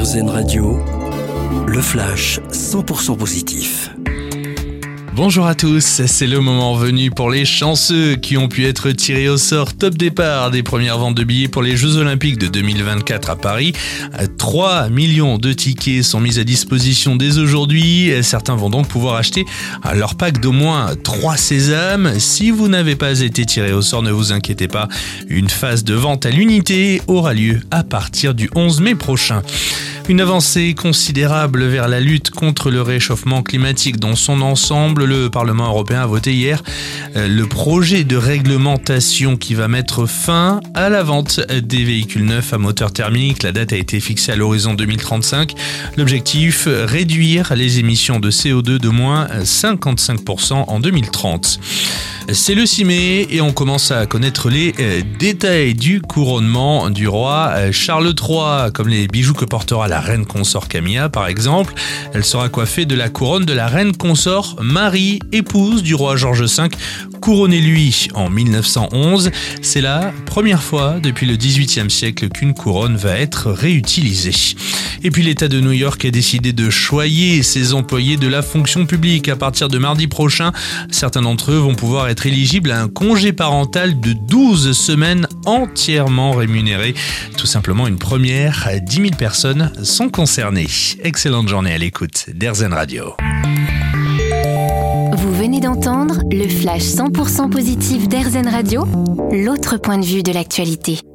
RZN Radio, le flash 100% positif. Bonjour à tous, c'est le moment venu pour les chanceux qui ont pu être tirés au sort. Top départ des premières ventes de billets pour les Jeux Olympiques de 2024 à Paris. 3 millions de tickets sont mis à disposition dès aujourd'hui. Certains vont donc pouvoir acheter leur pack d'au moins 3 sésames. Si vous n'avez pas été tiré au sort, ne vous inquiétez pas. Une phase de vente à l'unité aura lieu à partir du 11 mai prochain. Une avancée considérable vers la lutte contre le réchauffement climatique dans son ensemble. Le Parlement européen a voté hier le projet de réglementation qui va mettre fin à la vente des véhicules neufs à moteur thermique. La date a été fixée à l'horizon 2035. L'objectif, réduire les émissions de CO2 de moins 55% en 2030. C'est le 6 mai et on commence à connaître les détails du couronnement du roi Charles III, comme les bijoux que portera la reine consort Camilla par exemple. Elle sera coiffée de la couronne de la reine consort Marie, épouse du roi George V, couronné lui en 1911. C'est la première fois depuis le XVIIIe siècle qu'une couronne va être réutilisée. Et puis l'État de New York a décidé de choyer ses employés de la fonction publique. À partir de mardi prochain, certains d'entre eux vont pouvoir être éligibles à un congé parental de 12 semaines entièrement rémunéré. Tout simplement une première, 10 000 personnes sont concernées. Excellente journée à l'écoute d'RZN Radio. Vous venez d'entendre le flash 100% positif d'RZN Radio, l'autre point de vue de l'actualité.